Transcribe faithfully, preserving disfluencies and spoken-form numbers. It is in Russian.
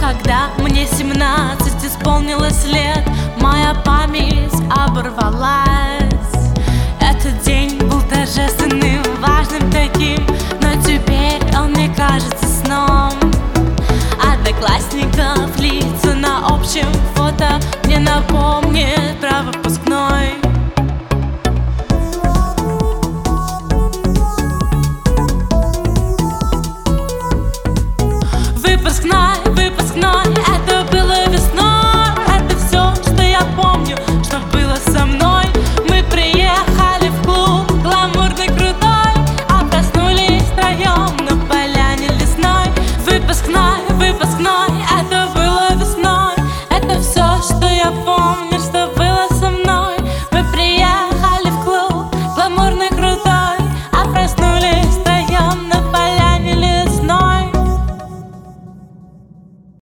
Когда мне семнадцать исполнилось лет, моя память оборвалась. Этот день был торжественным, важным таким, но теперь он мне кажется сном. Одноклассников лица на общем фото мне напомнит право.